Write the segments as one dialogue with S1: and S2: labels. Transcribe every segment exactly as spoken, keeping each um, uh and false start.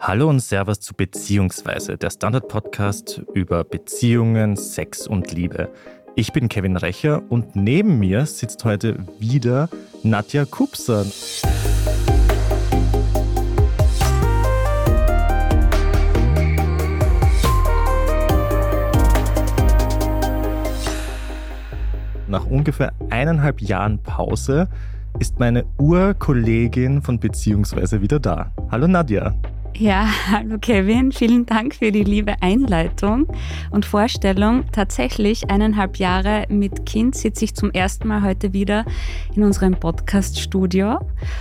S1: Hallo und Servus zu Beziehungsweise, der Standard-Podcast über Beziehungen, Sex und Liebe. Ich bin Kevin Recher und neben mir sitzt heute wieder Nadja Kupser. Nach ungefähr eineinhalb Jahren Pause ist meine Urkollegin von Beziehungsweise wieder da. Hallo Nadja.
S2: Ja, hallo Kevin, vielen Dank für die liebe Einleitung und Vorstellung. Tatsächlich eineinhalb Jahre mit Kind sitze ich zum ersten Mal heute wieder in unserem Podcast-Studio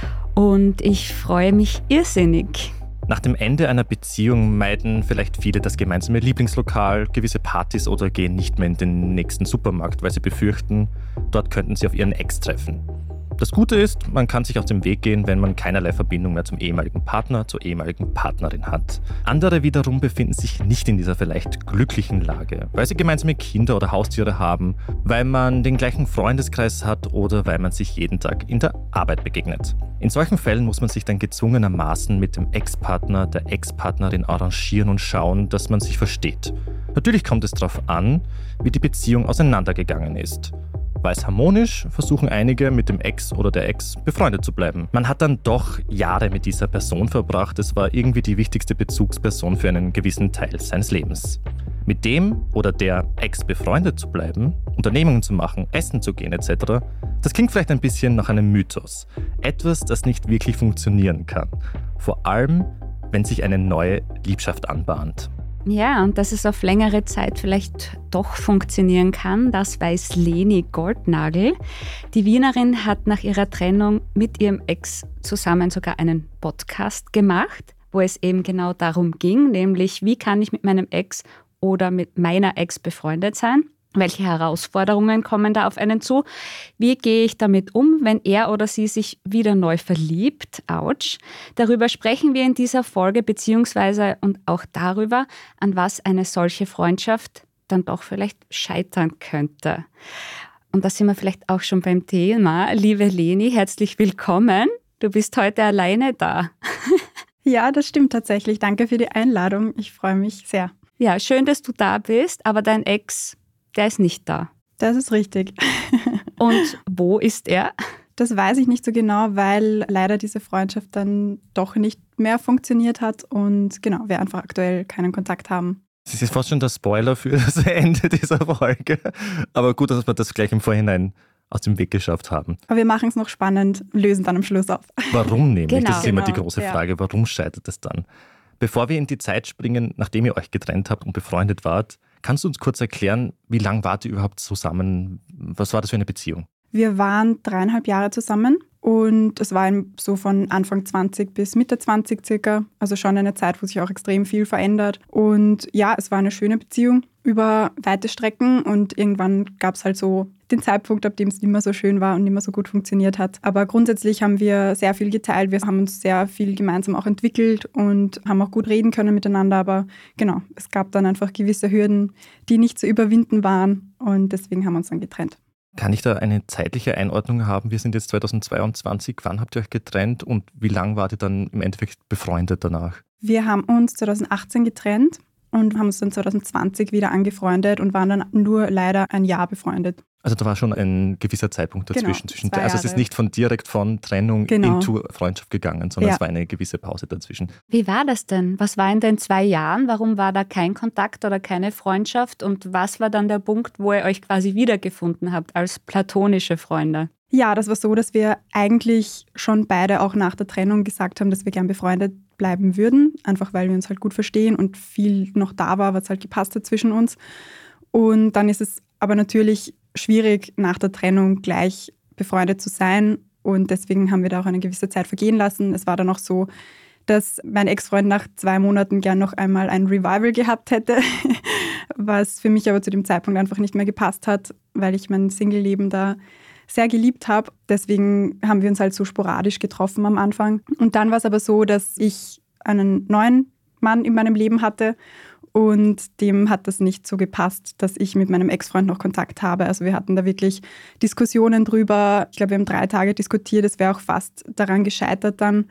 S2: und ich freue mich irrsinnig.
S1: Nach dem Ende einer Beziehung meiden vielleicht viele das gemeinsame Lieblingslokal, gewisse Partys oder gehen nicht mehr in den nächsten Supermarkt, weil sie befürchten, dort könnten sie auf ihren Ex treffen. Das Gute ist, man kann sich aus dem Weg gehen, wenn man keinerlei Verbindung mehr zum ehemaligen Partner, zur ehemaligen Partnerin hat. Andere wiederum befinden sich nicht in dieser vielleicht glücklichen Lage, weil sie gemeinsame Kinder oder Haustiere haben, weil man den gleichen Freundeskreis hat oder weil man sich jeden Tag in der Arbeit begegnet. In solchen Fällen muss man sich dann gezwungenermaßen mit dem Ex-Partner, der Ex-Partnerin arrangieren und schauen, dass man sich versteht. Natürlich kommt es darauf an, wie die Beziehung auseinandergegangen ist. War es harmonisch, versuchen einige mit dem Ex oder der Ex befreundet zu bleiben. Man hat dann doch Jahre mit dieser Person verbracht. Es war irgendwie die wichtigste Bezugsperson für einen gewissen Teil seines Lebens. Mit dem oder der Ex befreundet zu bleiben, Unternehmungen zu machen, essen zu gehen et cetera, das klingt vielleicht ein bisschen nach einem Mythos. Etwas, das nicht wirklich funktionieren kann. Vor allem, wenn sich eine neue Liebschaft anbahnt.
S2: Ja, und dass es auf längere Zeit vielleicht doch funktionieren kann, das weiß Leni Goldnagel. Die Wienerin hat nach ihrer Trennung mit ihrem Ex zusammen sogar einen Podcast gemacht, wo es eben genau darum ging, nämlich wie kann ich mit meinem Ex oder mit meiner Ex befreundet sein? Welche Herausforderungen kommen da auf einen zu? Wie gehe ich damit um, wenn er oder sie sich wieder neu verliebt? Autsch. Darüber sprechen wir in dieser Folge, beziehungsweise und auch darüber, an was eine solche Freundschaft dann doch vielleicht scheitern könnte. Und da sind wir vielleicht auch schon beim Thema. Liebe Leni, herzlich willkommen. Du bist heute alleine da.
S3: Ja, das stimmt tatsächlich. Danke für die Einladung. Ich freue mich sehr.
S2: Ja, schön, dass du da bist, aber dein Ex, der ist nicht da.
S3: Das ist richtig.
S2: Und wo ist er?
S3: Das weiß ich nicht so genau, weil leider diese Freundschaft dann doch nicht mehr funktioniert hat und genau, wir einfach aktuell keinen Kontakt haben.
S1: Das ist fast schon der Spoiler für das Ende dieser Folge. Aber gut, dass wir das gleich im Vorhinein aus dem Weg geschafft haben.
S3: Aber wir machen es noch spannend, lösen dann am Schluss auf.
S1: Warum nämlich?
S2: Genau,
S1: das ist immer
S3: genau,
S1: die große
S3: ja.
S1: Frage. Warum scheitert es dann? Bevor wir in die Zeit springen, nachdem ihr euch getrennt habt und befreundet wart, kannst du uns kurz erklären, wie lange wart ihr überhaupt zusammen? Was war das für eine Beziehung?
S3: Wir waren dreieinhalb Jahre zusammen und es war so von Anfang zwanzig bis Mitte zwanzig circa. Also schon eine Zeit, wo sich auch extrem viel verändert. Und ja, es war eine schöne Beziehung über weite Strecken und irgendwann gab es halt so den Zeitpunkt, ab dem es nicht mehr so schön war und nicht mehr so gut funktioniert hat. Aber grundsätzlich haben wir sehr viel geteilt. Wir haben uns sehr viel gemeinsam auch entwickelt und haben auch gut reden können miteinander. Aber genau, es gab dann einfach gewisse Hürden, die nicht zu überwinden waren und deswegen haben wir uns dann getrennt.
S1: Kann ich da eine zeitliche Einordnung haben? Wir sind jetzt zweitausendzweiundzwanzig. Wann habt ihr euch getrennt und wie lange wart ihr dann im Endeffekt befreundet danach?
S3: Wir haben uns zweitausendachtzehn getrennt und haben uns dann zweitausendzwanzig wieder angefreundet und waren dann nur leider ein Jahr befreundet.
S1: Also da war schon ein gewisser Zeitpunkt dazwischen.
S3: Genau,
S1: zwischen,
S3: zwei
S1: also es ist
S3: Jahre.
S1: nicht von direkt von Trennung
S3: Genau.
S1: into Freundschaft gegangen, sondern
S3: Ja.
S1: es war eine gewisse Pause dazwischen.
S2: Wie war das denn? Was war in den zwei Jahren? Warum war da kein Kontakt oder keine Freundschaft? Und was war dann der Punkt, wo ihr euch quasi wiedergefunden habt als platonische Freunde?
S3: Ja, das war so, dass wir eigentlich schon beide auch nach der Trennung gesagt haben, dass wir gern befreundet bleiben würden, einfach weil wir uns halt gut verstehen und viel noch da war, was halt gepasst hat zwischen uns. Und dann ist es aber natürlich schwierig, nach der Trennung gleich befreundet zu sein und deswegen haben wir da auch eine gewisse Zeit vergehen lassen. Es war dann auch so, dass mein Ex-Freund nach zwei Monaten gern noch einmal ein Revival gehabt hätte, was für mich aber zu dem Zeitpunkt einfach nicht mehr gepasst hat, weil ich mein Single-Leben da sehr geliebt habe. Deswegen haben wir uns halt so sporadisch getroffen am Anfang. Und dann war es aber so, dass ich einen neuen Mann in meinem Leben hatte und dem hat das nicht so gepasst, dass ich mit meinem Ex-Freund noch Kontakt habe. Also wir hatten da wirklich Diskussionen drüber. Ich glaube, wir haben drei Tage diskutiert. Es wäre auch fast daran gescheitert dann,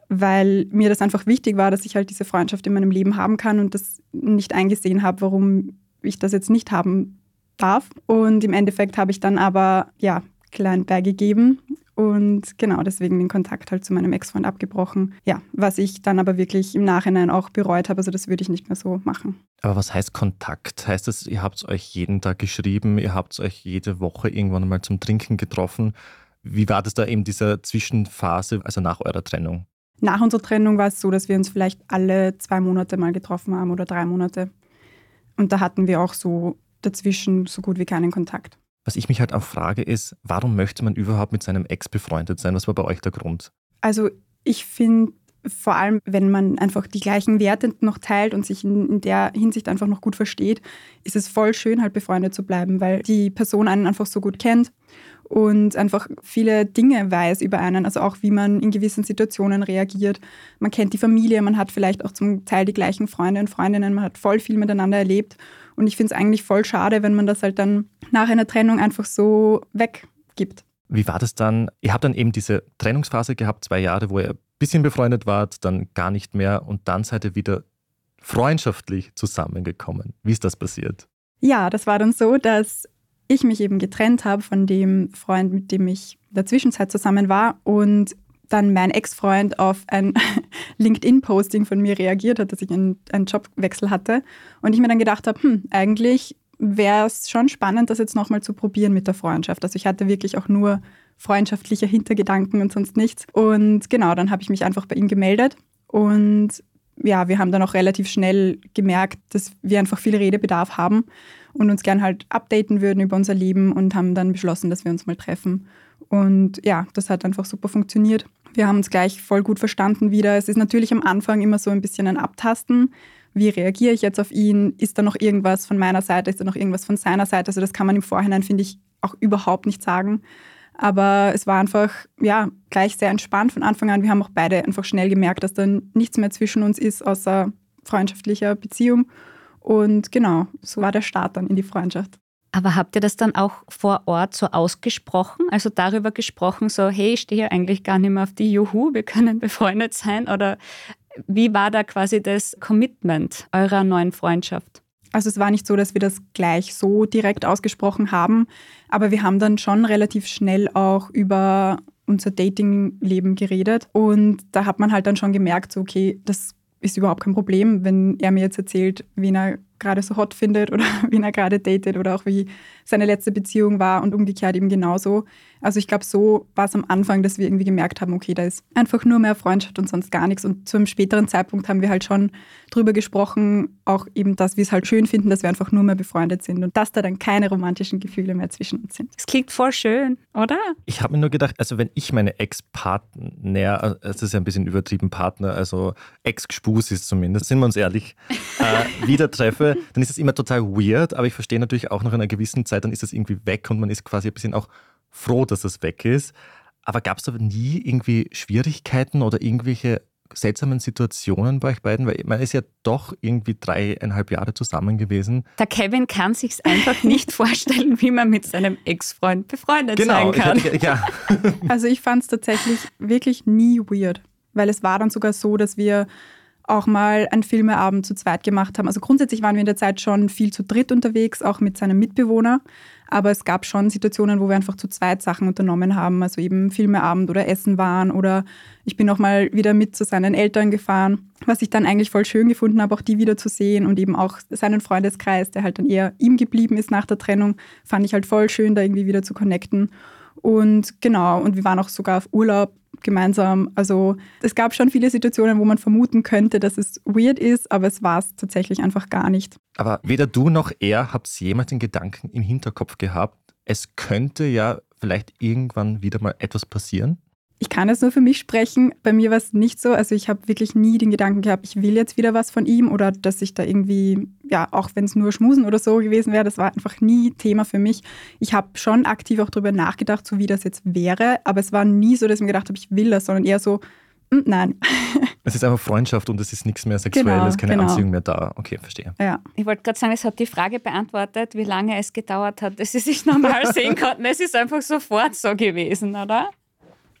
S3: weil mir das einfach wichtig war, dass ich halt diese Freundschaft in meinem Leben haben kann und das nicht eingesehen habe, warum ich das jetzt nicht haben darf. Und im Endeffekt habe ich dann aber, ja, klein beigegeben und genau deswegen den Kontakt halt zu meinem Ex-Freund abgebrochen. Ja, was ich dann aber wirklich im Nachhinein auch bereut habe, also das würde ich nicht mehr so machen.
S1: Aber was heißt Kontakt? Heißt das, ihr habt euch jeden Tag geschrieben, ihr habt euch jede Woche irgendwann mal zum Trinken getroffen? Wie war das da eben diese Zwischenphase, also nach eurer Trennung?
S3: Nach unserer Trennung war es so, dass wir uns vielleicht alle zwei Monate mal getroffen haben oder drei Monate. Und da hatten wir auch so dazwischen so gut wie keinen Kontakt.
S1: Was ich mich halt auch frage ist, warum möchte man überhaupt mit seinem Ex befreundet sein? Was war bei euch der Grund?
S3: Also ich finde, vor allem, wenn man einfach die gleichen Werte noch teilt und sich in, in der Hinsicht einfach noch gut versteht, ist es voll schön, halt befreundet zu bleiben, weil die Person einen einfach so gut kennt und einfach viele Dinge weiß über einen, also auch wie man in gewissen Situationen reagiert. Man kennt die Familie, man hat vielleicht auch zum Teil die gleichen Freunde und Freundinnen, man hat voll viel miteinander erlebt. Und ich finde es eigentlich voll schade, wenn man das halt dann nach einer Trennung einfach so weggibt.
S1: Wie war das dann? Ihr habt dann eben diese Trennungsphase gehabt, zwei Jahre, wo ihr ein bisschen befreundet wart, dann gar nicht mehr und dann seid ihr wieder freundschaftlich zusammengekommen. Wie ist das passiert?
S3: Ja, das war dann so, dass ich mich eben getrennt habe von dem Freund, mit dem ich in der Zwischenzeit zusammen war und dann mein Ex-Freund auf ein LinkedIn-Posting von mir reagiert hat, dass ich einen, einen Jobwechsel hatte. Und ich mir dann gedacht habe, hm, eigentlich wäre es schon spannend, das jetzt nochmal zu probieren mit der Freundschaft. Also ich hatte wirklich auch nur freundschaftliche Hintergedanken und sonst nichts. Und genau, dann habe ich mich einfach bei ihm gemeldet. Und ja, wir haben dann auch relativ schnell gemerkt, dass wir einfach viel Redebedarf haben und uns gern halt updaten würden über unser Leben und haben dann beschlossen, dass wir uns mal treffen. Und ja, das hat einfach super funktioniert. Wir haben uns gleich voll gut verstanden wieder. Es ist natürlich am Anfang immer so ein bisschen ein Abtasten. Wie reagiere ich jetzt auf ihn? Ist da noch irgendwas von meiner Seite? Ist da noch irgendwas von seiner Seite? Also das kann man im Vorhinein, finde ich, auch überhaupt nicht sagen. Aber es war einfach, ja, gleich sehr entspannt von Anfang an. Wir haben auch beide einfach schnell gemerkt, dass da nichts mehr zwischen uns ist, außer freundschaftlicher Beziehung. Und genau, so war der Start dann in die Freundschaft.
S2: Aber habt ihr das dann auch vor Ort so ausgesprochen? Also darüber gesprochen, so hey, ich stehe eigentlich gar nicht mehr auf die Juhu, wir können befreundet sein? Oder wie war da quasi das Commitment eurer neuen Freundschaft?
S3: Also es war nicht so, dass wir das gleich so direkt ausgesprochen haben, aber wir haben dann schon relativ schnell auch über unser Datingleben geredet und da hat man halt dann schon gemerkt, so okay, das ist überhaupt kein Problem, wenn er mir jetzt erzählt, wen er gerade so hot findet oder wen er gerade datet oder auch wie seine letzte Beziehung war und umgekehrt eben genauso. Also ich glaube, so war es am Anfang, dass wir irgendwie gemerkt haben, okay, da ist einfach nur mehr Freundschaft und sonst gar nichts. Und zu einem späteren Zeitpunkt haben wir halt schon drüber gesprochen, auch eben, dass wir es halt schön finden, dass wir einfach nur mehr befreundet sind und dass da dann keine romantischen Gefühle mehr zwischen uns sind.
S2: Das klingt voll schön, oder?
S1: Ich habe mir nur gedacht, also wenn ich meine Ex-Partner, es ist ja ein bisschen übertrieben Partner, also Ex-Gspusis zumindest, sind wir uns ehrlich, äh, wieder treffe, dann ist es immer total weird, aber ich verstehe natürlich auch nach einer gewissen Zeit, dann ist es irgendwie weg und man ist quasi ein bisschen auch froh, dass es weg ist. Aber gab es da nie irgendwie Schwierigkeiten oder irgendwelche seltsamen Situationen bei euch beiden? Weil man ist ja doch irgendwie dreieinhalb Jahre zusammen gewesen.
S2: Der Kevin kann sich einfach nicht vorstellen, wie man mit seinem Ex-Freund befreundet
S1: genau,
S2: sein kann.
S1: Ich, ja.
S3: Also ich fand es tatsächlich wirklich nie weird, weil es war dann sogar so, dass wir auch mal einen Filmeabend zu zweit gemacht haben. Also grundsätzlich waren wir in der Zeit schon viel zu dritt unterwegs, auch mit seinem Mitbewohner. Aber es gab schon Situationen, wo wir einfach zu zweit Sachen unternommen haben. Also eben Filmeabend oder Essen waren oder ich bin auch mal wieder mit zu seinen Eltern gefahren, was ich dann eigentlich voll schön gefunden habe, auch die wieder zu sehen und eben auch seinen Freundeskreis, der halt dann eher ihm geblieben ist nach der Trennung, fand ich halt voll schön, da irgendwie wieder zu connecten. Und genau, und wir waren auch sogar auf Urlaub gemeinsam. Also es gab schon viele Situationen, wo man vermuten könnte, dass es weird ist, aber es war es tatsächlich einfach gar nicht.
S1: Aber weder du noch er habt jemals den Gedanken im Hinterkopf gehabt, es könnte ja vielleicht irgendwann wieder mal etwas passieren?
S3: Ich kann jetzt nur für mich sprechen. Bei mir war es nicht so. Also ich habe wirklich nie den Gedanken gehabt, ich will jetzt wieder was von ihm oder dass ich da irgendwie, ja, auch wenn es nur Schmusen oder so gewesen wäre, das war einfach nie Thema für mich. Ich habe schon aktiv auch darüber nachgedacht, so wie das jetzt wäre, aber es war nie so, dass ich mir gedacht habe, ich will das, sondern eher so, mm, nein.
S1: Es ist einfach Freundschaft und es ist nichts mehr Sexuelles,
S3: genau,
S1: keine
S3: genau.
S1: Anziehung mehr da. Okay, verstehe.
S3: Ja.
S2: Ich wollte gerade sagen, es hat die Frage beantwortet, wie lange es gedauert hat, dass sie sich normal sehen konnten. Es ist einfach sofort so gewesen, oder?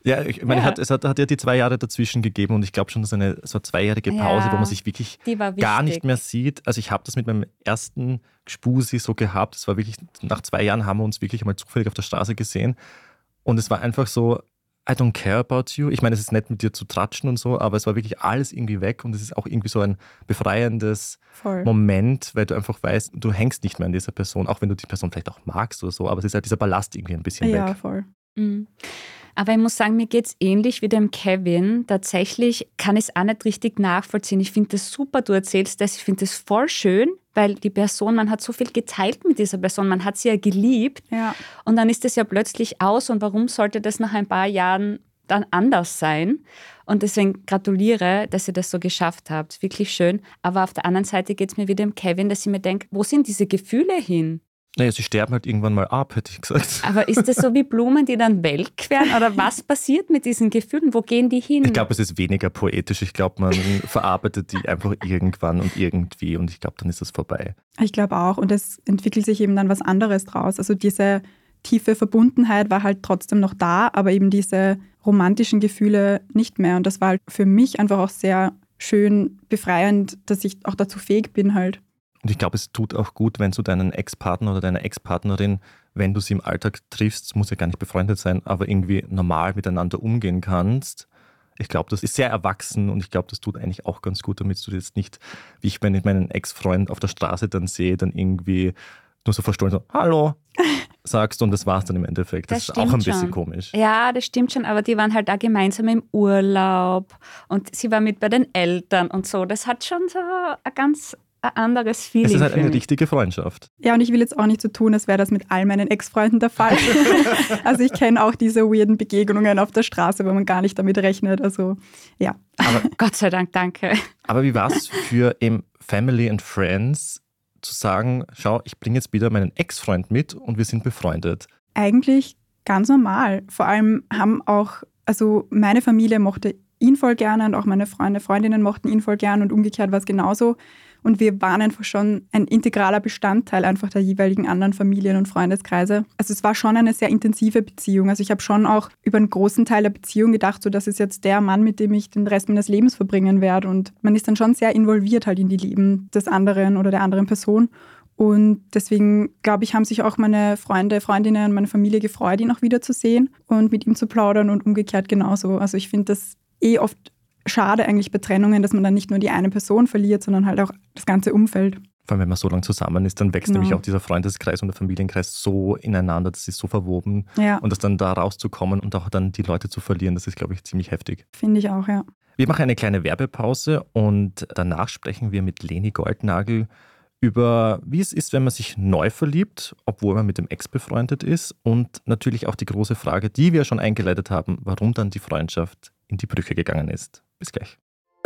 S1: Ja, ich meine,
S2: Ja.
S1: Hat, es hat, hat ja die zwei Jahre dazwischen gegeben und ich glaube schon, dass eine so eine zweijährige Pause,
S2: Ja,
S1: wo man sich wirklich
S2: die war
S1: gar
S2: wichtig.
S1: nicht mehr sieht. Also ich habe das mit meinem ersten Gspusi so gehabt. Es war wirklich, nach zwei Jahren haben wir uns wirklich mal zufällig auf der Straße gesehen und es war einfach so, I don't care about you. Ich meine, es ist nett mit dir zu tratschen und so, aber es war wirklich alles irgendwie weg und es ist auch irgendwie so ein befreiendes
S3: Voll.
S1: Moment, weil du einfach weißt, du hängst nicht mehr an dieser Person, auch wenn du die Person vielleicht auch magst oder so, aber es ist halt dieser Ballast irgendwie ein bisschen
S3: Ja,
S1: weg.
S3: voll.
S2: Mhm. Aber ich muss sagen, mir geht es ähnlich wie dem Kevin. Tatsächlich kann ich es auch nicht richtig nachvollziehen. Ich finde das super, du erzählst das. Ich finde das voll schön, weil die Person, man hat so viel geteilt mit dieser Person, man hat sie ja geliebt
S3: Ja.
S2: und dann ist das ja plötzlich aus und warum sollte das nach ein paar Jahren dann anders sein? Und deswegen gratuliere, dass ihr das so geschafft habt. Wirklich schön. Aber auf der anderen Seite geht es mir wie dem Kevin, dass ich mir denke, wo sind diese Gefühle hin?
S1: Naja, sie sterben halt irgendwann mal ab, hätte ich gesagt.
S2: Aber ist das so wie Blumen, die dann welk werden? Oder was passiert mit diesen Gefühlen? Wo gehen die hin?
S1: Ich glaube, es ist weniger poetisch. Ich glaube, man verarbeitet die einfach irgendwann und irgendwie und ich glaube, dann ist das vorbei.
S3: Ich glaube auch. Und es entwickelt sich eben dann was anderes draus. Also diese tiefe Verbundenheit war halt trotzdem noch da, aber eben diese romantischen Gefühle nicht mehr. Und das war halt für mich einfach auch sehr schön befreiend, dass ich auch dazu fähig bin halt.
S1: Und ich glaube, es tut auch gut, wenn du deinen Ex-Partner oder deine Ex-Partnerin, wenn du sie im Alltag triffst, muss ja gar nicht befreundet sein, aber irgendwie normal miteinander umgehen kannst. Ich glaube, das ist sehr erwachsen und ich glaube, das tut eigentlich auch ganz gut, damit du jetzt nicht, wie ich, wenn ich meinen Ex-Freund auf der Straße dann sehe, dann irgendwie nur so verstohlen so, hallo, sagst und das war's dann im Endeffekt. Das,
S2: Das
S1: ist auch ein
S2: stimmt
S1: bisschen
S2: schon.
S1: komisch.
S2: Ja, das stimmt schon, aber die waren halt auch gemeinsam im Urlaub und sie war mit bei den Eltern und so. Das hat schon so ein ganz ein anderes Feeling.
S1: Es ist halt
S2: für
S1: eine
S2: mich.
S1: richtige Freundschaft.
S3: Ja, und ich will jetzt auch nicht so tun, als wäre das mit all meinen Ex-Freunden der Fall. Also ich kenne auch diese weirden Begegnungen auf der Straße, wo man gar nicht damit rechnet. Also ja.
S1: Aber,
S2: Gott sei Dank, danke.
S1: aber wie war es für eben Family and Friends zu sagen, schau, ich bringe jetzt wieder meinen Ex-Freund mit und wir sind befreundet?
S3: Eigentlich ganz normal. Vor allem haben auch, also meine Familie mochte ihn voll gerne und auch meine Freunde, Freundinnen mochten ihn voll gerne und umgekehrt war es genauso. Und wir waren einfach schon ein integraler Bestandteil einfach der jeweiligen anderen Familien- und Freundeskreise. Also es war schon eine sehr intensive Beziehung. Also ich habe schon auch über einen großen Teil der Beziehung gedacht, so das ist jetzt der Mann, mit dem ich den Rest meines Lebens verbringen werde. Und man ist dann schon sehr involviert halt in die Leben des anderen oder der anderen Person. Und deswegen, glaube ich, haben sich auch meine Freunde, Freundinnen und meine Familie gefreut, ihn auch wiederzusehen und mit ihm zu plaudern und umgekehrt genauso. Also ich finde das eh oft schade eigentlich bei Trennungen, dass man dann nicht nur die eine Person verliert, sondern halt auch das ganze Umfeld.
S1: Vor allem, wenn man so lange zusammen ist, dann wächst
S3: Genau.
S1: nämlich auch dieser Freundeskreis und der Familienkreis so ineinander, das ist so verwoben.
S3: Ja,
S1: Und das dann da rauszukommen und auch dann die Leute zu verlieren, das ist, glaube ich, ziemlich heftig.
S3: finde ich auch, ja.
S1: Wir machen eine kleine Werbepause und danach sprechen wir mit Leni Goldnagel über, wie es ist, wenn man sich neu verliebt, obwohl man mit dem Ex befreundet ist und natürlich auch die große Frage, die wir schon eingeleitet haben, warum dann die Freundschaft in die Brüche gegangen ist. Bis gleich.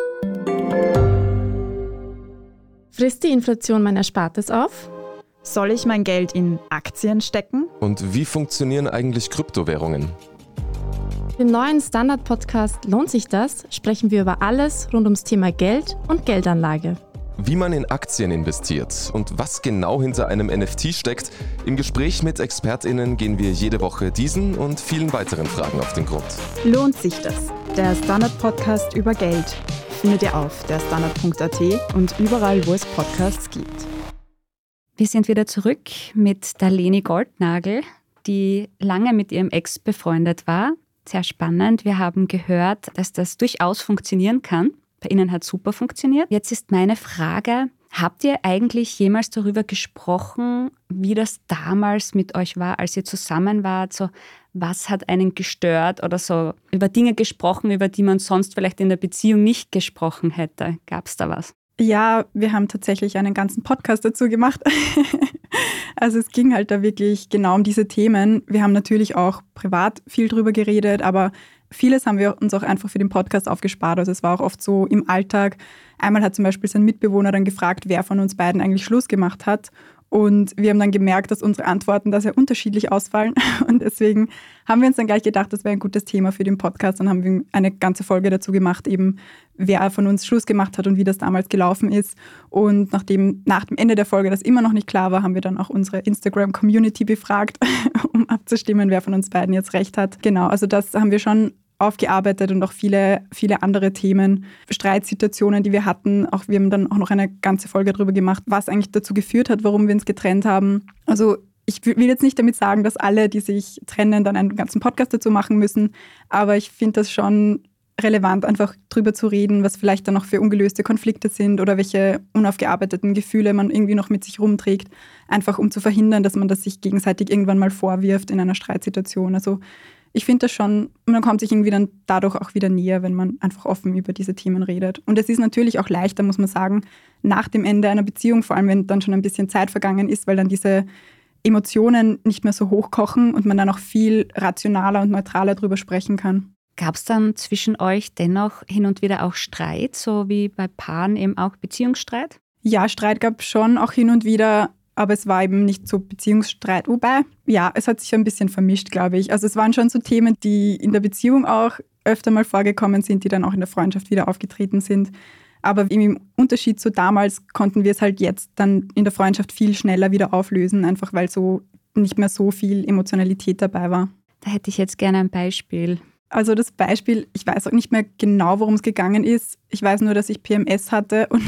S4: Frisst die Inflation mein Erspartes auf?
S5: Soll ich mein Geld in Aktien stecken?
S6: Und wie funktionieren eigentlich Kryptowährungen?
S4: Im neuen Standard-Podcast Lohnt sich das? Sprechen wir über alles rund ums Thema Geld und Geldanlage.
S6: Wie man in Aktien investiert und was genau hinter einem N F T steckt. Im Gespräch mit ExpertInnen gehen wir jede Woche diesen und vielen weiteren Fragen auf den Grund.
S5: Lohnt sich das? Der Standard-Podcast über Geld findet ihr auf der standard punkt a t und überall, wo es Podcasts gibt.
S2: Wir sind wieder zurück mit der Leni Goldnagel, die lange mit ihrem Ex befreundet war. Sehr spannend. Wir haben gehört, dass das durchaus funktionieren kann. Bei Ihnen hat es super funktioniert. Jetzt ist meine Frage, habt ihr eigentlich jemals darüber gesprochen, wie das damals mit euch war, als ihr zusammen wart? So, was hat einen gestört oder so? Über Dinge gesprochen, über die man sonst vielleicht in der Beziehung nicht gesprochen hätte. Gab es da was?
S3: Ja, wir haben tatsächlich einen ganzen Podcast dazu gemacht. Also es ging halt da wirklich genau um diese Themen. Wir haben natürlich auch privat viel drüber geredet, aber vieles haben wir uns auch einfach für den Podcast aufgespart. Also es war auch oft so im Alltag. Einmal hat zum Beispiel sein Mitbewohner dann gefragt, wer von uns beiden eigentlich Schluss gemacht hat. Und wir haben dann gemerkt, dass unsere Antworten da sehr unterschiedlich ausfallen. Und deswegen haben wir uns dann gleich gedacht, das wäre ein gutes Thema für den Podcast. Dann haben wir eine ganze Folge dazu gemacht, eben wer von uns Schluss gemacht hat und wie das damals gelaufen ist. Und nachdem nach dem Ende der Folge das immer noch nicht klar war, haben wir dann auch unsere Instagram-Community befragt, um abzustimmen, wer von uns beiden jetzt recht hat. Genau, also das haben wir schon aufgearbeitet und auch viele, viele andere Themen, Streitsituationen, die wir hatten. Auch wir haben dann auch noch eine ganze Folge darüber gemacht, was eigentlich dazu geführt hat, warum wir uns getrennt haben. Also ich will jetzt nicht damit sagen, dass alle, die sich trennen, dann einen ganzen Podcast dazu machen müssen, aber ich finde das schon relevant, einfach drüber zu reden, was vielleicht dann noch für ungelöste Konflikte sind oder welche unaufgearbeiteten Gefühle man irgendwie noch mit sich rumträgt, einfach um zu verhindern, dass man das sich gegenseitig irgendwann mal vorwirft in einer Streitsituation. Also ich finde das schon, man kommt sich irgendwie dann dadurch auch wieder näher, wenn man einfach offen über diese Themen redet. Und es ist natürlich auch leichter, muss man sagen, nach dem Ende einer Beziehung, vor allem wenn dann schon ein bisschen Zeit vergangen ist, weil dann diese Emotionen nicht mehr so hochkochen und man dann auch viel rationaler und neutraler drüber sprechen kann.
S2: Gab es dann zwischen euch dennoch hin und wieder auch Streit, so wie bei Paaren eben auch Beziehungsstreit?
S3: Ja, Streit gab es schon auch hin und wieder, aber es war eben nicht so Beziehungsstreit. Wobei, ja, es hat sich ein bisschen vermischt, glaube ich. Also es waren schon so Themen, die in der Beziehung auch öfter mal vorgekommen sind, die dann auch in der Freundschaft wieder aufgetreten sind. Aber im Unterschied zu damals konnten wir es halt jetzt dann in der Freundschaft viel schneller wieder auflösen, einfach weil so nicht mehr so viel Emotionalität dabei war.
S2: Da hätte ich jetzt gerne ein Beispiel.
S3: Also das Beispiel, ich weiß auch nicht mehr genau, worum es gegangen ist. Ich weiß nur, dass ich P M S hatte und,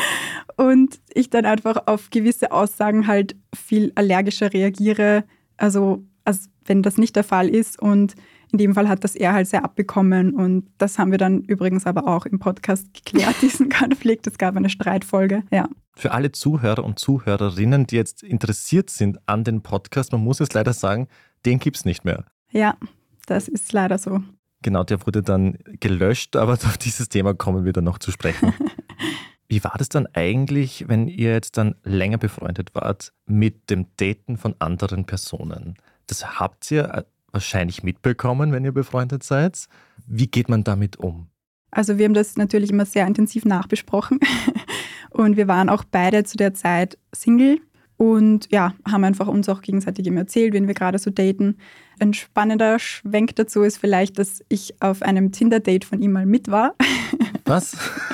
S3: und ich dann einfach auf gewisse Aussagen halt viel allergischer reagiere. Also als wenn das nicht der Fall ist. Und in dem Fall hat das er halt sehr abbekommen. Und das haben wir dann übrigens aber auch im Podcast geklärt, diesen Konflikt. Es gab eine Streitfolge, ja.
S1: Für alle Zuhörer und Zuhörerinnen, die jetzt interessiert sind an den Podcast, man muss es leider sagen, den gibt es nicht mehr.
S3: Ja. Das ist leider so.
S1: Genau, der wurde dann gelöscht, aber auf dieses Thema kommen wir dann noch zu sprechen. Wie war das dann eigentlich, wenn ihr jetzt dann länger befreundet wart mit dem Daten von anderen Personen? Das habt ihr wahrscheinlich mitbekommen, wenn ihr befreundet seid. Wie geht man damit um?
S3: Also wir haben das natürlich immer sehr intensiv nachbesprochen und wir waren auch beide zu der Zeit Single. Und ja, haben einfach uns auch gegenseitig immer erzählt, wen wir gerade so daten. Ein spannender Schwenk dazu ist vielleicht, dass ich auf einem Tinder-Date von ihm mal mit war.
S1: Was?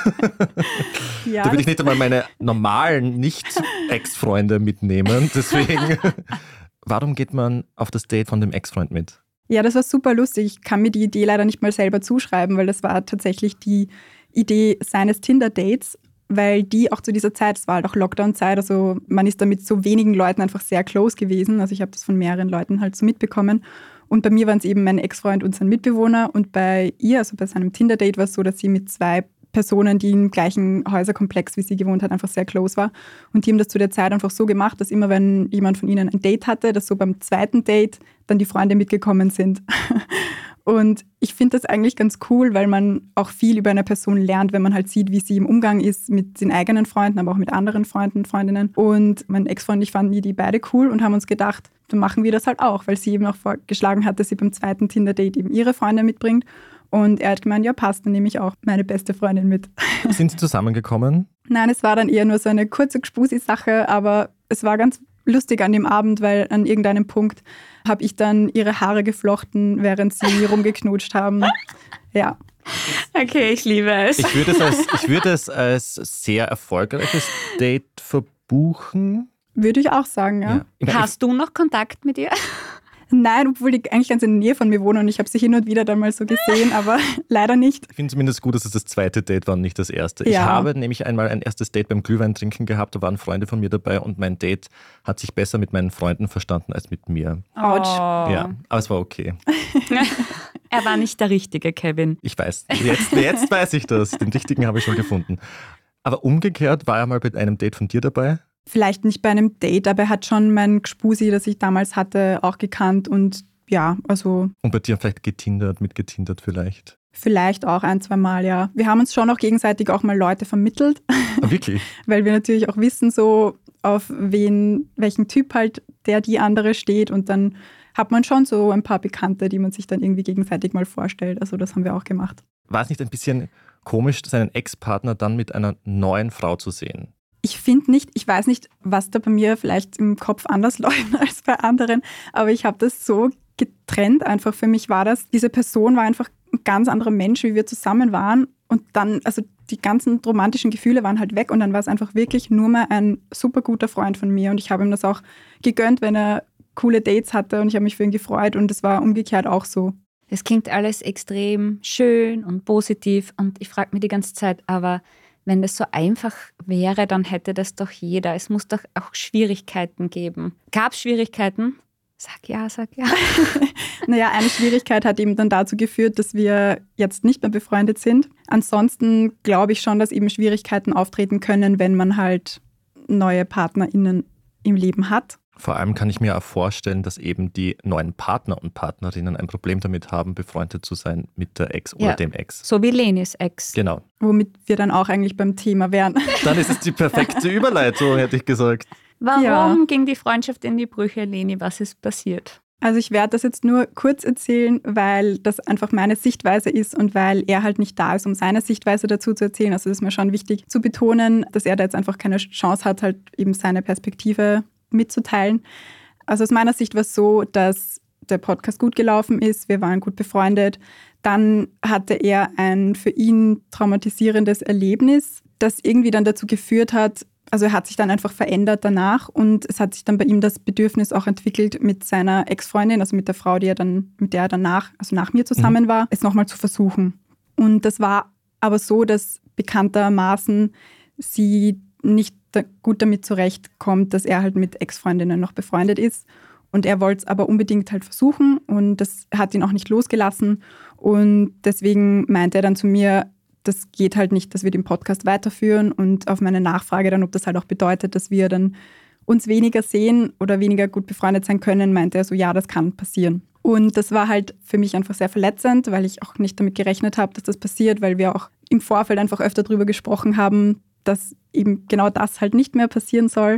S3: Ja,
S1: da will ich nicht einmal meine normalen Nicht-Ex-Freunde mitnehmen. Deswegen, warum geht man auf das Date von dem Ex-Freund mit?
S3: Ja, das war super lustig. Ich kann mir die Idee leider nicht mal selber zuschreiben, weil das war tatsächlich die Idee seines Tinder-Dates. Weil die auch zu dieser Zeit, es war halt auch Lockdown-Zeit, also man ist da mit so wenigen Leuten einfach sehr close gewesen. Also ich habe das von mehreren Leuten halt so mitbekommen. Und bei mir waren es eben mein Ex-Freund und sein Mitbewohner. Und bei ihr, also bei seinem Tinder-Date, war es so, dass sie mit zwei Personen, die im gleichen Häuserkomplex wie sie gewohnt hat, einfach sehr close war. Und die haben das zu der Zeit einfach so gemacht, dass immer, wenn jemand von ihnen ein Date hatte, dass so beim zweiten Date dann die Freunde mitgekommen sind. Und ich finde das eigentlich ganz cool, weil man auch viel über eine Person lernt, wenn man halt sieht, wie sie im Umgang ist mit den eigenen Freunden, aber auch mit anderen Freunden und Freundinnen. Und mein Ex-Freund und ich fanden die, die beide cool und haben uns gedacht, dann machen wir das halt auch, weil sie eben auch vorgeschlagen hat, dass sie beim zweiten Tinder-Date eben ihre Freunde mitbringt. Und er hat gemeint, ja passt, dann nehme ich auch meine beste Freundin mit.
S1: Sind sie zusammengekommen?
S3: Nein, es war dann eher nur so eine kurze Gspusi-Sache, aber es war ganz lustig an dem Abend, weil an irgendeinem Punkt habe ich dann ihre Haare geflochten, während sie rumgeknutscht haben. Ja.
S2: Okay, ich liebe es.
S1: Ich würde es als, ich würde es als sehr erfolgreiches Date verbuchen.
S3: Würde ich auch sagen, ja.
S1: Ja. Ich meine,
S2: Hast du noch Kontakt mit ihr?
S3: Nein, obwohl die eigentlich ganz in der Nähe von mir wohnen und ich habe sie hin und wieder dann mal so gesehen, aber leider nicht.
S1: Ich finde zumindest gut, dass es das zweite Date war und nicht das erste.
S3: Ja.
S1: Ich habe nämlich einmal ein erstes Date beim Glühwein trinken gehabt, da waren Freunde von mir dabei und mein Date hat sich besser mit meinen Freunden verstanden als mit mir.
S3: Autsch.
S2: Oh.
S1: Ja, aber es war okay.
S2: Er war nicht der Richtige, Kevin.
S1: Ich weiß, jetzt, jetzt weiß ich das. Den richtigen habe ich schon gefunden. Aber umgekehrt war er mal bei einem Date von dir dabei?
S3: Vielleicht nicht bei einem Date, aber er hat schon mein Gspusi, das ich damals hatte, auch gekannt und ja, also...
S1: Und bei dir vielleicht getindert, mitgetindert vielleicht?
S3: Vielleicht auch ein, zwei Mal, ja. Wir haben uns schon auch gegenseitig auch mal Leute vermittelt.
S1: Ah, wirklich?
S3: Weil wir natürlich auch wissen, so auf wen, welchen Typ halt der, die andere steht und dann hat man schon so ein paar Bekannte, die man sich dann irgendwie gegenseitig mal vorstellt. Also das haben wir auch gemacht.
S1: War es nicht ein bisschen komisch, seinen Ex-Partner dann mit einer neuen Frau zu sehen?
S3: Ich finde nicht, ich weiß nicht, was da bei mir vielleicht im Kopf anders läuft als bei anderen, aber ich habe das so getrennt einfach. Für mich war das, diese Person war einfach ein ganz anderer Mensch, wie wir zusammen waren und dann, also die ganzen romantischen Gefühle waren halt weg und dann war es einfach wirklich nur mal ein super guter Freund von mir und ich habe ihm das auch gegönnt, wenn er coole Dates hatte und ich habe mich für ihn gefreut und es war umgekehrt auch so.
S2: Es klingt alles extrem schön und positiv und ich frage mich die ganze Zeit, aber wenn das so einfach wäre, dann hätte das doch jeder. Es muss doch auch Schwierigkeiten geben. Gab es Schwierigkeiten? Sag ja, sag ja.
S3: Naja, eine Schwierigkeit hat eben dann dazu geführt, dass wir jetzt nicht mehr befreundet sind. Ansonsten glaube ich schon, dass eben Schwierigkeiten auftreten können, wenn man halt neue PartnerInnen im Leben hat.
S1: Vor allem kann ich mir auch vorstellen, dass eben die neuen Partner und Partnerinnen ein Problem damit haben, befreundet zu sein mit der Ex oder
S2: Ja.
S1: dem Ex.
S2: So wie Lenis Ex.
S1: Genau.
S3: Womit wir dann auch eigentlich beim Thema wären.
S1: Dann ist es die perfekte Überleitung, hätte ich gesagt.
S2: Warum
S3: Ja.
S2: ging die Freundschaft in die Brüche, Leni? Was ist passiert?
S3: Also ich werde das jetzt nur kurz erzählen, weil das einfach meine Sichtweise ist und weil er halt nicht da ist, um seine Sichtweise dazu zu erzählen. Also es ist mir schon wichtig zu betonen, dass er da jetzt einfach keine Chance hat, halt eben seine Perspektive mitzuteilen. Also aus meiner Sicht war es so, dass der Podcast gut gelaufen ist, wir waren gut befreundet. Dann hatte er ein für ihn traumatisierendes Erlebnis, das irgendwie dann dazu geführt hat, also er hat sich dann einfach verändert danach und es hat sich dann bei ihm das Bedürfnis auch entwickelt, mit seiner Ex-Freundin, also mit der Frau, die er dann, mit der er danach, also nach mir zusammen war, es nochmal zu versuchen. Und das war aber so, dass bekanntermaßen sie nicht da gut damit zurechtkommt, dass er halt mit Ex-Freundinnen noch befreundet ist. Und er wollte es aber unbedingt halt versuchen und das hat ihn auch nicht losgelassen. Und deswegen meinte er dann zu mir, das geht halt nicht, dass wir den Podcast weiterführen. Und auf meine Nachfrage dann, ob das halt auch bedeutet, dass wir dann uns weniger sehen oder weniger gut befreundet sein können, meinte er so, ja, das kann passieren. Und das war halt für mich einfach sehr verletzend, weil ich auch nicht damit gerechnet habe, dass das passiert, weil wir auch im Vorfeld einfach öfter darüber gesprochen haben, dass eben genau das halt nicht mehr passieren soll.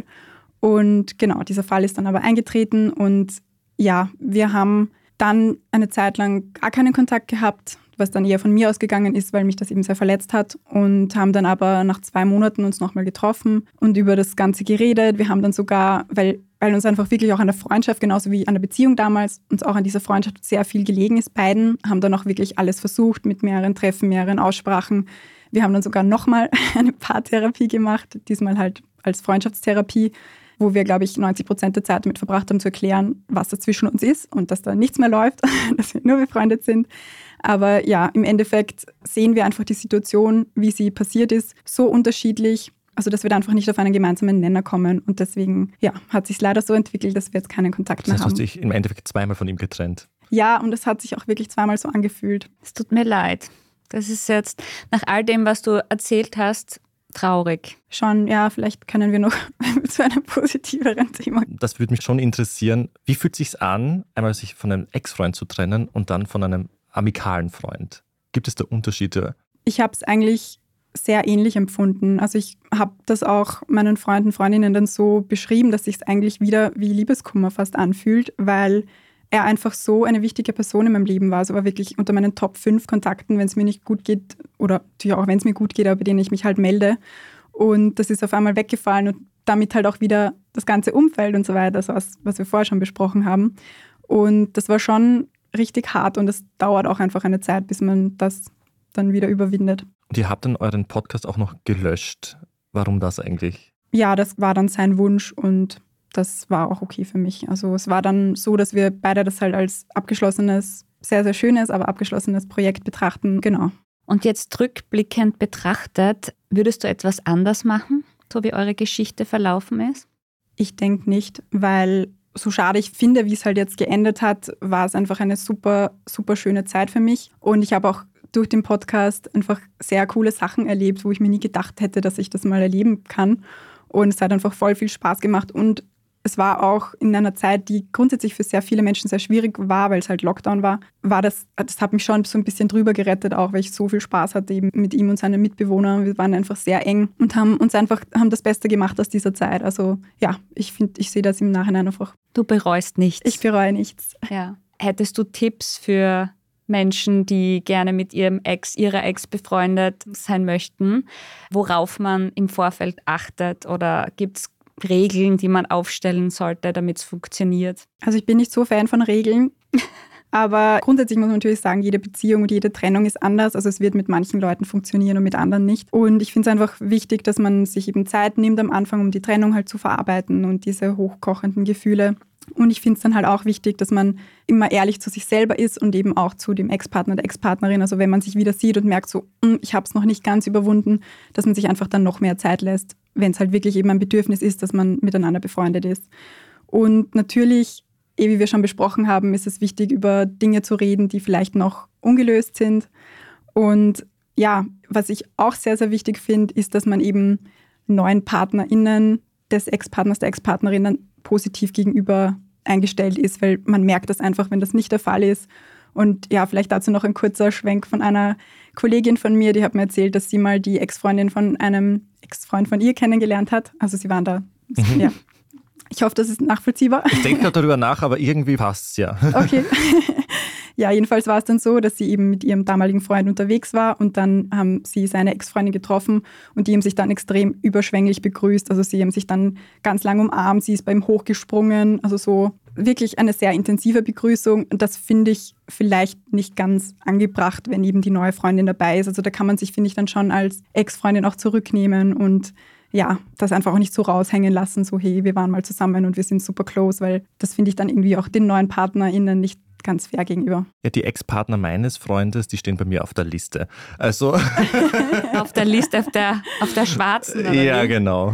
S3: Und genau, dieser Fall ist dann aber eingetreten und ja, wir haben dann eine Zeit lang gar keinen Kontakt gehabt, was dann eher von mir ausgegangen ist, weil mich das eben sehr verletzt hat und haben dann aber nach zwei Monaten uns nochmal getroffen und über das Ganze geredet. Wir haben dann sogar, weil, weil uns einfach wirklich auch an der Freundschaft, genauso wie an der Beziehung damals, uns auch an dieser Freundschaft sehr viel gelegen ist, beiden, haben dann auch wirklich alles versucht mit mehreren Treffen, mehreren Aussprachen. Wir haben dann sogar nochmal eine Paartherapie gemacht, diesmal halt als Freundschaftstherapie, wo wir, glaube ich, neunzig Prozent der Zeit damit verbracht haben, zu erklären, was da zwischen uns ist und dass da nichts mehr läuft, dass wir nur befreundet sind. Aber ja, im Endeffekt sehen wir einfach die Situation, wie sie passiert ist, so unterschiedlich, also dass wir da einfach nicht auf einen gemeinsamen Nenner kommen. Und deswegen ja, hat sich leider so entwickelt, dass wir jetzt keinen Kontakt
S1: Das heißt,
S3: mehr
S1: du
S3: haben.
S1: hast dich im Endeffekt zweimal von ihm getrennt.
S3: Ja, und es hat sich auch wirklich zweimal so angefühlt.
S2: Es tut mir leid. Das ist jetzt nach all dem, was du erzählt hast, traurig.
S3: Schon, ja, vielleicht können wir noch zu einem positiveren Thema.
S1: Das würde mich schon interessieren. Wie fühlt es sich an, einmal sich von einem Ex-Freund zu trennen und dann von einem amikalen Freund? Gibt es da Unterschiede?
S3: Ich habe es eigentlich sehr ähnlich empfunden. Also ich habe das auch meinen Freunden, Freundinnen dann so beschrieben, dass sich es eigentlich wieder wie Liebeskummer fast anfühlt, weil er einfach so eine wichtige Person in meinem Leben war. Also war wirklich unter meinen Top fünf Kontakten, wenn es mir nicht gut geht, oder natürlich auch, wenn es mir gut geht, aber bei denen ich mich halt melde. Und das ist auf einmal weggefallen und damit halt auch wieder das ganze Umfeld und so weiter, also was, was wir vorher schon besprochen haben. Und das war schon richtig hart und es dauert auch einfach eine Zeit, bis man das dann wieder überwindet.
S1: Und ihr habt dann euren Podcast auch noch gelöscht. Warum das eigentlich?
S3: Ja, das war dann sein Wunsch und das war auch okay für mich. Also es war dann so, dass wir beide das halt als abgeschlossenes, sehr, sehr schönes, aber abgeschlossenes Projekt betrachten. Genau.
S2: Und jetzt rückblickend betrachtet, würdest du etwas anders machen, so wie eure Geschichte verlaufen ist?
S3: Ich denke nicht, weil so schade ich finde, wie es halt jetzt geendet hat, war es einfach eine super, super schöne Zeit für mich. Und ich habe auch durch den Podcast einfach sehr coole Sachen erlebt, wo ich mir nie gedacht hätte, dass ich das mal erleben kann. Und es hat einfach voll viel Spaß gemacht und es war auch in einer Zeit, die grundsätzlich für sehr viele Menschen sehr schwierig war, weil es halt Lockdown war, war das, das hat mich schon so ein bisschen drüber gerettet, auch weil ich so viel Spaß hatte eben mit ihm und seinen Mitbewohnern. Wir waren einfach sehr eng und haben uns einfach haben das Beste gemacht aus dieser Zeit. Also ja, ich finde, ich sehe das im Nachhinein einfach.
S2: Du bereust nichts.
S3: Ich bereue nichts.
S2: Ja. Hättest du Tipps für Menschen, die gerne mit ihrem Ex, ihrer Ex befreundet sein möchten, worauf man im Vorfeld achtet, oder gibt es Regeln, die man aufstellen sollte, damit es funktioniert?
S3: Also ich bin nicht so Fan von Regeln, aber grundsätzlich muss man natürlich sagen, jede Beziehung und jede Trennung ist anders. Also es wird mit manchen Leuten funktionieren und mit anderen nicht. Und ich finde es einfach wichtig, dass man sich eben Zeit nimmt am Anfang, um die Trennung halt zu verarbeiten und diese hochkochenden Gefühle. Und ich finde es dann halt auch wichtig, dass man immer ehrlich zu sich selber ist und eben auch zu dem Ex-Partner, der Ex-Partnerin. Also wenn man sich wieder sieht und merkt so, ich habe es noch nicht ganz überwunden, dass man sich einfach dann noch mehr Zeit lässt, wenn es halt wirklich eben ein Bedürfnis ist, dass man miteinander befreundet ist. Und natürlich, eh wie wir schon besprochen haben, ist es wichtig, über Dinge zu reden, die vielleicht noch ungelöst sind. Und ja, was ich auch sehr, sehr wichtig finde, ist, dass man eben neuen PartnerInnen des Ex-Partners, der Ex-Partnerin dann positiv gegenüber eingestellt ist, weil man merkt das einfach, wenn das nicht der Fall ist. Und ja, vielleicht dazu noch ein kurzer Schwenk von einer Kollegin von mir, die hat mir erzählt, dass sie mal die Ex-Freundin von einem Ex-Freund von ihr kennengelernt hat. Also sie waren da, mhm. ja. Ich hoffe, das ist nachvollziehbar.
S1: Ich denke gerade darüber nach, aber irgendwie passt es ja.
S3: Okay. Ja, jedenfalls war es dann so, dass sie eben mit ihrem damaligen Freund unterwegs war und dann haben sie seine Ex-Freundin getroffen und die haben sich dann extrem überschwänglich begrüßt. Also sie haben sich dann ganz lang umarmt, sie ist bei ihm hochgesprungen, also so wirklich eine sehr intensive Begrüßung. Und das finde ich vielleicht nicht ganz angebracht, wenn eben die neue Freundin dabei ist. Also da kann man sich, finde ich, dann schon als Ex-Freundin auch zurücknehmen und ja, das einfach auch nicht so raushängen lassen, so hey, wir waren mal zusammen und wir sind super close, weil das finde ich dann irgendwie auch den neuen PartnerInnen nicht ganz fair gegenüber.
S1: Ja, die Ex-Partner meines Freundes, die stehen bei mir auf der Liste. Also
S2: auf der Liste, auf der, auf der schwarzen, oder
S1: ja,
S2: wie?
S1: Genau.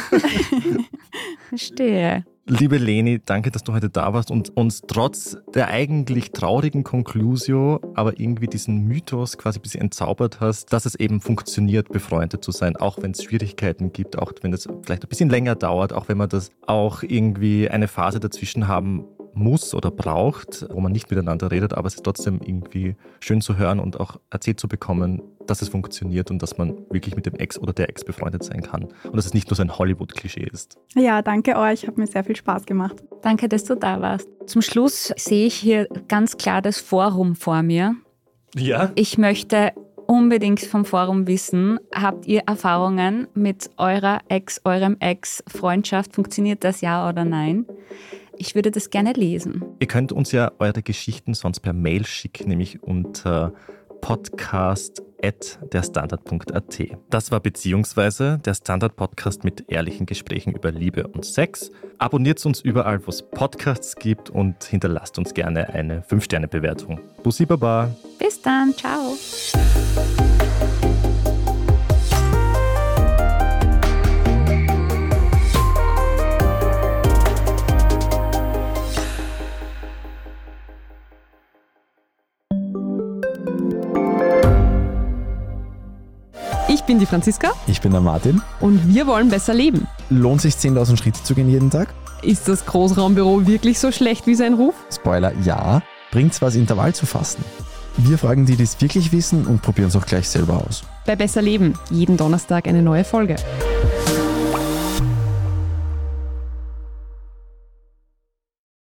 S2: Verstehe.
S1: Liebe Leni, danke, dass du heute da warst und uns trotz der eigentlich traurigen Conclusio, aber irgendwie diesen Mythos quasi ein bisschen entzaubert hast, dass es eben funktioniert, befreundet zu sein, auch wenn es Schwierigkeiten gibt, auch wenn es vielleicht ein bisschen länger dauert, auch wenn man das auch irgendwie eine Phase dazwischen haben muss oder braucht, wo man nicht miteinander redet, aber es ist trotzdem irgendwie schön zu hören und auch erzählt zu bekommen, dass es funktioniert und dass man wirklich mit dem Ex oder der Ex befreundet sein kann und dass es nicht nur so ein Hollywood-Klischee ist.
S3: Ja, danke euch, hat mir sehr viel Spaß gemacht.
S2: Danke, dass du da warst. Zum Schluss sehe ich hier ganz klar das Forum vor mir.
S1: Ja?
S2: Ich möchte unbedingt vom Forum wissen, habt ihr Erfahrungen mit eurer Ex, eurem Ex, Freundschaft? Funktioniert das ja oder nein? Ich würde das gerne lesen.
S1: Ihr könnt uns ja eure Geschichten sonst per Mail schicken, nämlich unter podcast at derstandard punkt at. Das war beziehungsweise der Standard-Podcast mit ehrlichen Gesprächen über Liebe und Sex. Abonniert uns überall, wo es Podcasts gibt und hinterlasst uns gerne eine fünf Sterne Bewertung. Bussi Baba.
S2: Bis dann, ciao.
S7: Ich bin die Franziska.
S8: Ich bin der Martin.
S7: Und wir wollen besser leben.
S8: Lohnt sich zehntausend Schritte zu gehen jeden Tag?
S7: Ist das Großraumbüro wirklich so schlecht wie sein Ruf?
S8: Spoiler, ja. Bringt's was, Intervall zu fasten? Wir fragen die, die es wirklich wissen und probieren es auch gleich selber aus.
S7: Bei Besser Leben, jeden Donnerstag eine neue Folge.